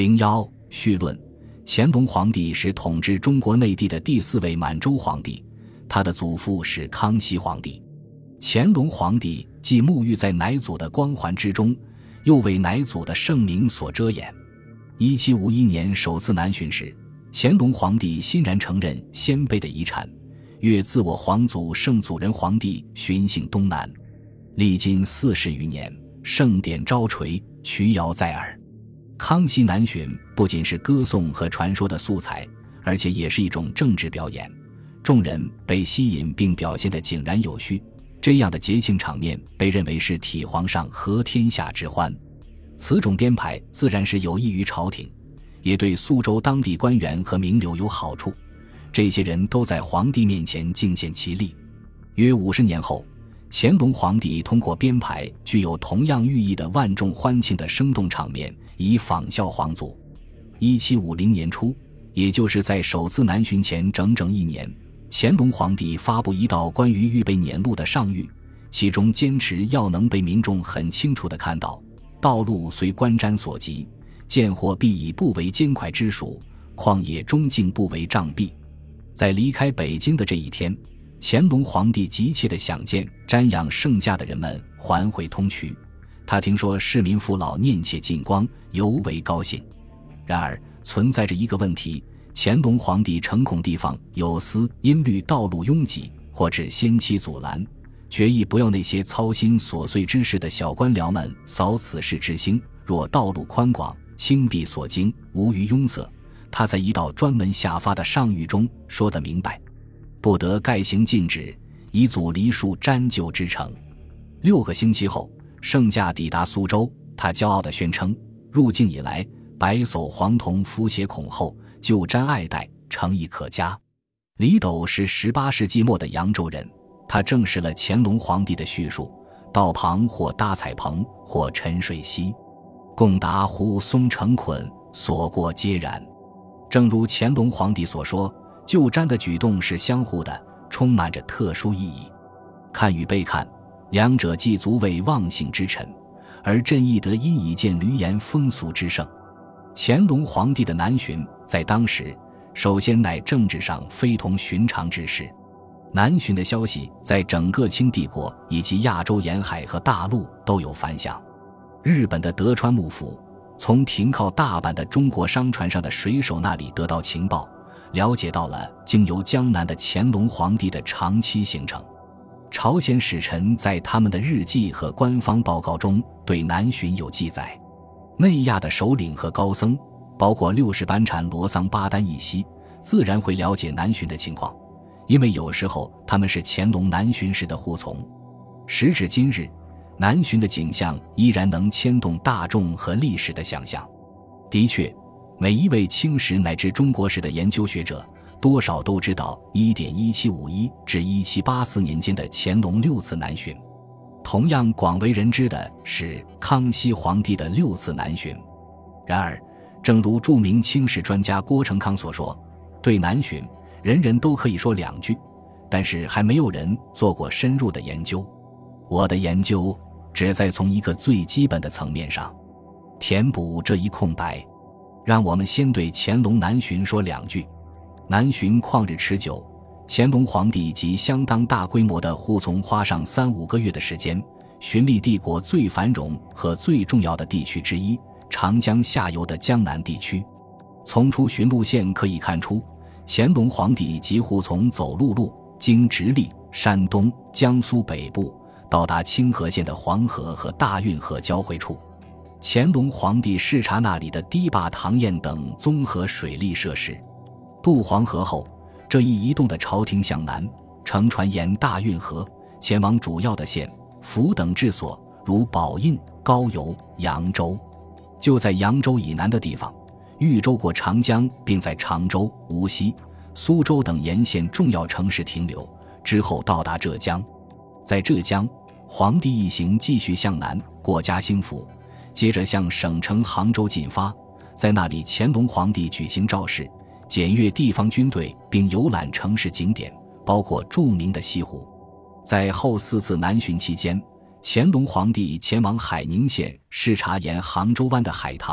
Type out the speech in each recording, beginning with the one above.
01绪论，乾隆皇帝是统治中国内地的第4位满洲皇帝，他的祖父是康熙皇帝。乾隆皇帝既沐浴在乃祖的光环之中，又为乃祖的圣名所遮掩。1751年首次南巡时，乾隆皇帝欣然承认先辈的遗产，越自我皇祖圣祖仁皇帝巡幸东南，历经40余年，盛典昭垂，曲谣在耳。康熙南巡不仅是歌颂和传说的素材，而且也是一种政治表演，众人被吸引并表现得井然有序，这样的节庆场面被认为是体皇上和天下之欢。此种编排自然是有益于朝廷，也对苏州当地官员和名流有好处，这些人都在皇帝面前尽献其力。约50年后，乾隆皇帝通过编排具有同样寓意的万众欢庆的生动场面，以仿效皇祖。1750年初，也就是在首次南巡前整整1年，乾隆皇帝发布一道关于预备辇路的上谕，其中坚持要能被民众很清楚地看到，道路虽观瞻所及，见或必以不为坚块之属，旷野中径不为障壁。在离开北京的这一天，乾隆皇帝急切地想见瞻仰圣驾的人们还会通衢，他听说市民父老念切近光，尤为高兴。然而存在着一个问题，乾隆皇帝诚恐地方有司因虑道路拥挤或致先期阻拦，决意不要那些操心琐碎之事的小官僚们扫此事之兴，若道路宽广，轻避所经，无虞拥塞。他在一道专门下发的上谕中说得明白，不得盖行禁止，以阻黎庶瞻就之程。6个星期后，圣驾抵达苏州，他骄傲地宣称，入境以来，白叟黄铜服携孔后，就瞻爱戴，诚意可嘉。李斗是18世纪末的扬州人，他证实了乾隆皇帝的叙述，道旁或搭彩棚，或沉水溪，共达湖松成捆，所过皆然。正如乾隆皇帝所说，就瞻的举动是相互的，充满着特殊意义。看与被看，两者既足为忘性之臣，而朕亦得因以见闾阎风俗之盛。乾隆皇帝的南巡在当时首先乃政治上非同寻常之事。南巡的消息在整个清帝国以及亚洲沿海和大陆都有反响。日本的德川幕府从停靠大阪的中国商船上的水手那里得到情报，了解到了经由江南的乾隆皇帝的长期行程。朝鲜使臣在他们的日记和官方报告中对南巡有记载。内亚的首领和高僧，包括60班禅罗桑巴丹一系，自然会了解南巡的情况，因为有时候他们是乾隆南巡时的护从。时至今日，南巡的景象依然能牵动大众和历史的想象。的确，每一位清史乃至中国史的研究学者多少都知道1.1751至1784年间的乾隆6次南巡。同样广为人知的是康熙皇帝的6次南巡。然而，正如著名清史专家郭成康所说，对南巡人人都可以说2句，但是还没有人做过深入的研究。我的研究只在从一个最基本的层面上填补这一空白。让我们先对乾隆南巡说2句。南巡旷日持久，乾隆皇帝及相当大规模的护从花上3-5个月的时间，巡历帝国最繁荣和最重要的地区之一，长江下游的江南地区。从出巡路线可以看出，乾隆皇帝及护从走陆路，经直隶、山东、江苏北部，到达清河县的黄河和大运河交汇处。乾隆皇帝视察那里的堤坝、塘堰等综合水利设施。渡黄河后，这一移动的朝廷向南，乘船沿大运河前往主要的县、府等治所，如宝应、高邮、扬州。就在扬州以南的地方，豫州过长江，并在常州、无锡、苏州等沿线重要城市停留，之后到达浙江。在浙江，皇帝一行继续向南，过嘉兴府，接着向省城杭州进发。在那里，乾隆皇帝举行召试，检阅地方军队，并游览城市景点，包括著名的西湖。在后4次南巡期间，乾隆皇帝前往海宁县视察沿杭州湾的海棠，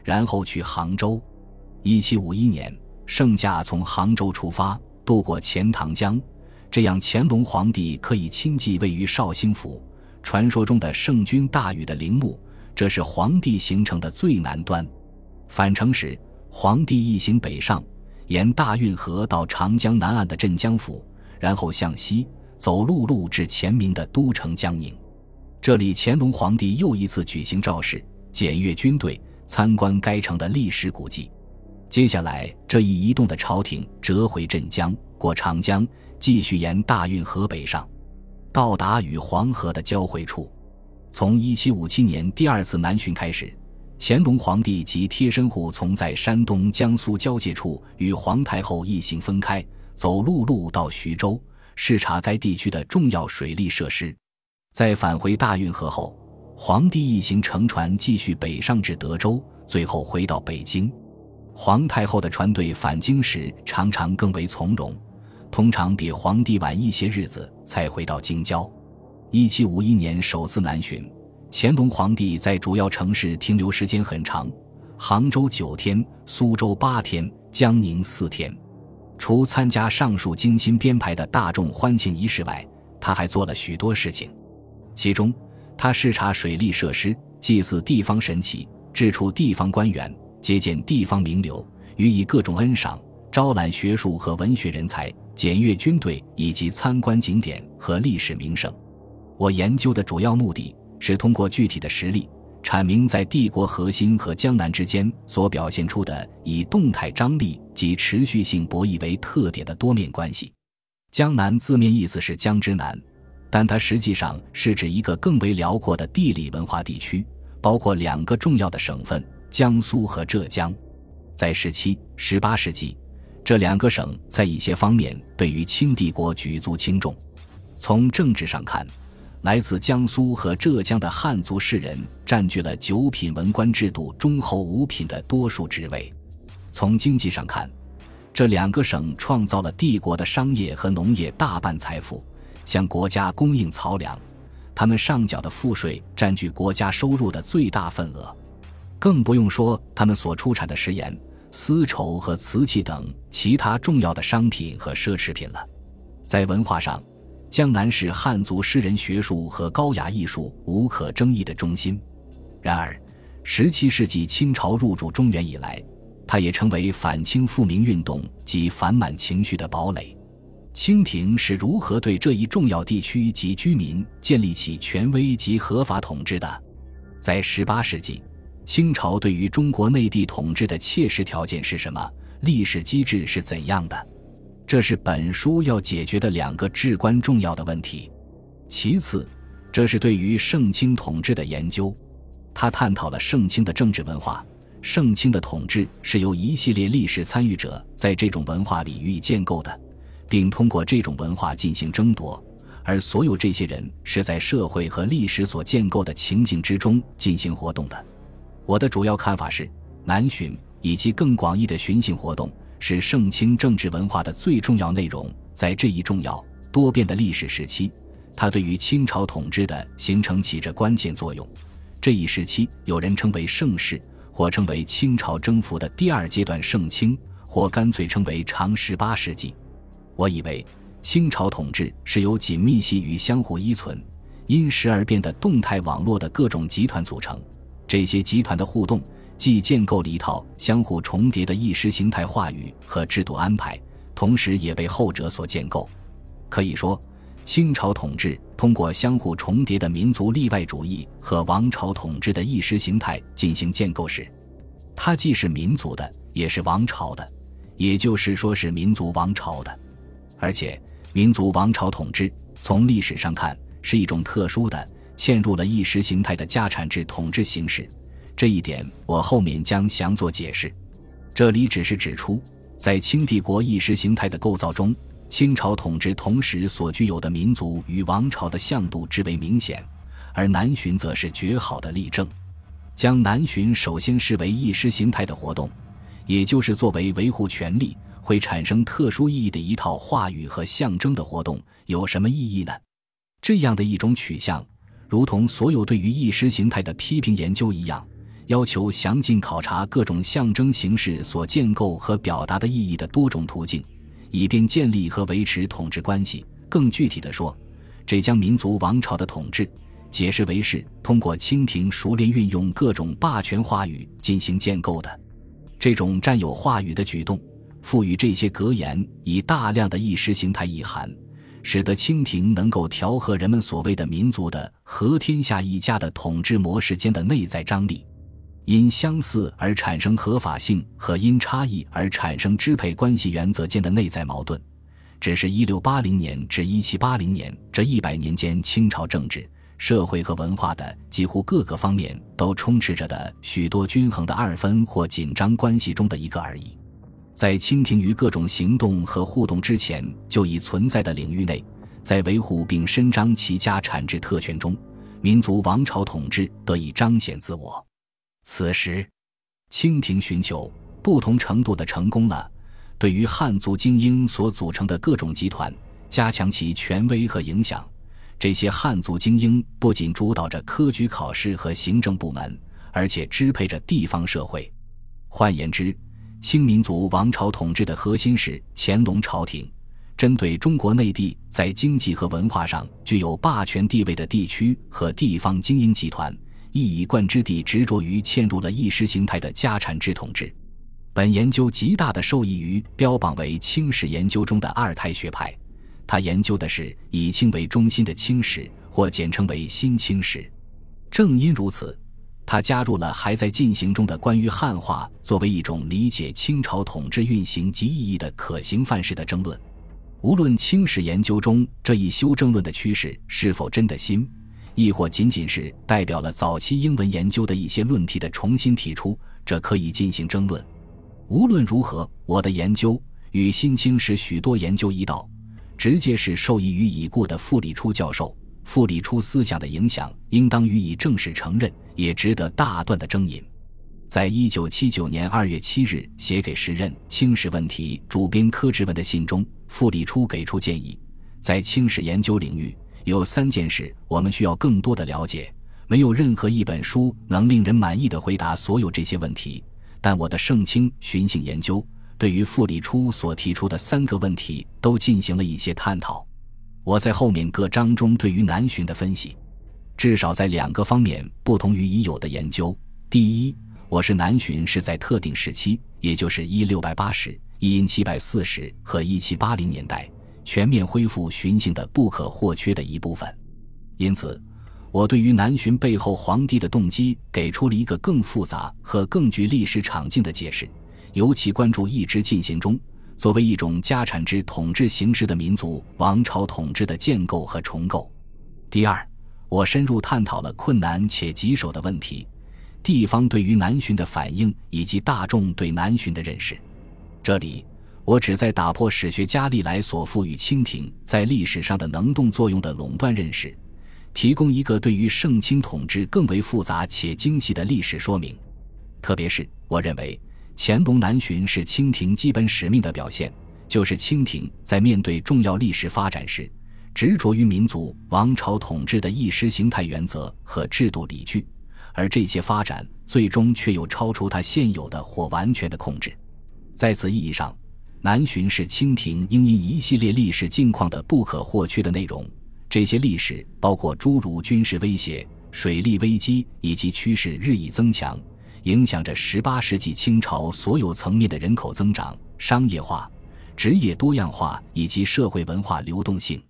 然后去杭州。1751年，圣驾从杭州出发，渡过钱塘江，这样乾隆皇帝可以亲近位于绍兴府传说中的圣君大禹的陵墓，这是皇帝行程的最南端。返程时，皇帝一行北上，沿大运河到长江南岸的镇江府，然后向西走陆路至前明的都城江宁。这里乾隆皇帝又一次举行召视，检阅军队，参观该城的历史古迹。接下来这一移动的朝廷折回镇江，过长江，继续沿大运河北上，到达与黄河的交汇处。从1757年第二次南巡开始，乾隆皇帝及贴身护从在山东江苏交界处与皇太后一行分开，走陆路到徐州，视察该地区的重要水利设施。在返回大运河后，皇帝一行乘船继续北上至德州，最后回到北京。皇太后的船队返京时常常更为从容，通常比皇帝晚一些日子才回到京郊。1751年首次南巡，乾隆皇帝在主要城市停留时间很长，杭州9天，苏州8天，江宁4天。除参加上述精心编排的大众欢庆仪式外，他还做了许多事情。其中，他视察水利设施，祭祀地方神祇，治处地方官员，接见地方名流，予以各种恩赏，招揽学术和文学人才，检阅军队以及参观景点和历史名胜。我研究的主要目的是通过具体的实例，阐明在帝国核心和江南之间所表现出的以动态张力及持续性博弈为特点的多面关系。江南字面意思是江之南，但它实际上是指一个更为辽阔的地理文化地区，包括2个重要的省份，江苏和浙江。在17、18世纪，这2个省在一些方面对于清帝国举足轻重。从政治上看，来自江苏和浙江的汉族士人占据了9品文官制度中后5品的多数职位。从经济上看，这2个省创造了帝国的商业和农业大半财富，向国家供应漕粮，他们上缴的赋税占据国家收入的最大份额。更不用说他们所出产的食盐、丝绸和瓷器等其他重要的商品和奢侈品了。在文化上，江南是汉族诗人学术和高雅艺术无可争议的中心。然而17世纪清朝入主中原以来，它也成为反清复明运动及反满情绪的堡垒。清廷是如何对这一重要地区及居民建立起权威及合法统治的？在18世纪，清朝对于中国内地统治的切实条件是什么？历史机制是怎样的？这是本书要解决的2个至关重要的问题。其次，这是对于盛清统治的研究。他探讨了盛清的政治文化。盛清的统治是由一系列历史参与者在这种文化里予以建构的，并通过这种文化进行争夺，而所有这些人是在社会和历史所建构的情境之中进行活动的。我的主要看法是，南巡以及更广义的巡行活动是盛清政治文化的最重要内容。在这一重要多变的历史时期，它对于清朝统治的形成起着关键作用。这一时期有人称为盛世，或称为清朝征服的第2阶段盛清，或干脆称为长18世纪。我以为清朝统治是由紧密系与相互依存、因时而变的动态网络的各种集团组成。这些集团的互动既建构了一套相互重叠的意识形态话语和制度安排，同时也被后者所建构。可以说，清朝统治通过相互重叠的民族例外主义和王朝统治的意识形态进行建构时，它既是民族的，也是王朝的，也就是说是民族王朝的。而且民族王朝统治从历史上看是一种特殊的嵌入了意识形态的家产制统治形式，这一点我后面将详作解释。这里只是指出，在清帝国意识形态的构造中，清朝统治同时所具有的民族与王朝的向度之为明显，而南巡则是绝好的例证。将南巡首先视为意识形态的活动，也就是作为维护权力会产生特殊意义的一套话语和象征的活动，有什么意义呢？这样的一种取向，如同所有对于意识形态的批评研究一样， 要求详尽考察各种象征形式所建构和表达的意义的多种途径，以便建立和维持统治关系。更具体地说，这将民族王朝的统治解释为是通过清廷熟练运用各种霸权话语进行建构的。这种占有话语的举动，赋予这些格言以大量的意识形态意涵，使得清廷能够调和人们所谓的民族的和天下一家的统治模式间的内在张力。因相似而产生合法性和因差异而产生支配关系原则间的内在矛盾，只是1680年至1780年这100年间清朝政治、社会和文化的几乎各个方面都充斥着的许多均衡的二分或紧张关系中的一个而已。在清廷于各种行动和互动之前就已存在的领域内，在维护并伸张其家产制特权中，民族王朝统治得以彰显自我。此时，清廷寻求不同程度的成功了，对于汉族精英所组成的各种集团加强其权威和影响。这些汉族精英不仅主导着科举考试和行政部门，而且支配着地方社会。换言之，清民族王朝统治的核心是乾隆朝廷针对中国内地在经济和文化上具有霸权地位的地区和地方精英集团，一以贯之地执着于嵌入了意识形态的家产制统治。本研究极大的受益于标榜为清史研究中的二态学派，他研究的是以清为中心的清史，或简称为新清史。正因如此，他加入了还在进行中的关于汉化作为一种理解清朝统治运行及意义的可行范式的争论。无论清史研究中这一修正论的趋势是否真的新，亦或仅仅是代表了早期英文研究的一些论题的重新提出，这可以进行争论。无论如何，我的研究与新清史许多研究一道，直接是受益于已故的傅里初教授。傅里初思想的影响应当予以正式承认，也值得大段的争引。在1979年2月7日写给时任清史问题主编柯志文的信中，傅里初给出建议，在清史研究领域有3件事我们需要更多的了解，没有任何一本书能令人满意地回答所有这些问题，但我的圣清寻性研究对于傅里初所提出的3个问题都进行了一些探讨。我在后面各章中对于南巡的分析，至少在2个方面不同于已有的研究。第一，我是南巡是在特定时期，也就是1680、1740和1780年代全面恢复巡行的不可或缺的一部分。因此，我对于南巡背后皇帝的动机给出了一个更复杂和更具历史场景的解释，尤其关注一直进行中作为一种家产制统治形式的民族王朝统治的建构和重构。第二，我深入探讨了困难且棘手的问题，地方对于南巡的反应以及大众对南巡的认识。这里我旨在打破史学家历来所赋予清廷在历史上的能动作用的垄断认识，提供一个对于盛清统治更为复杂且精细的历史说明。特别是我认为乾隆南巡是清廷基本使命的表现，就是清廷在面对重要历史发展时，执着于民族王朝统治的意识形态原则和制度理据，而这些发展最终却又超出它现有的或完全的控制。在此意义上，南巡是清廷应因一系列历史境况的不可或缺的内容，这些历史包括诸如军事威胁、水利危机以及趋势日益增强，影响着18世纪清朝所有层面的人口增长、商业化、职业多样化以及社会文化流动性。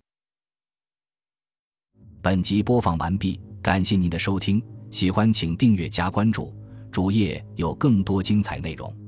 本集播放完毕，感谢您的收听，喜欢请订阅加关注，主页有更多精彩内容。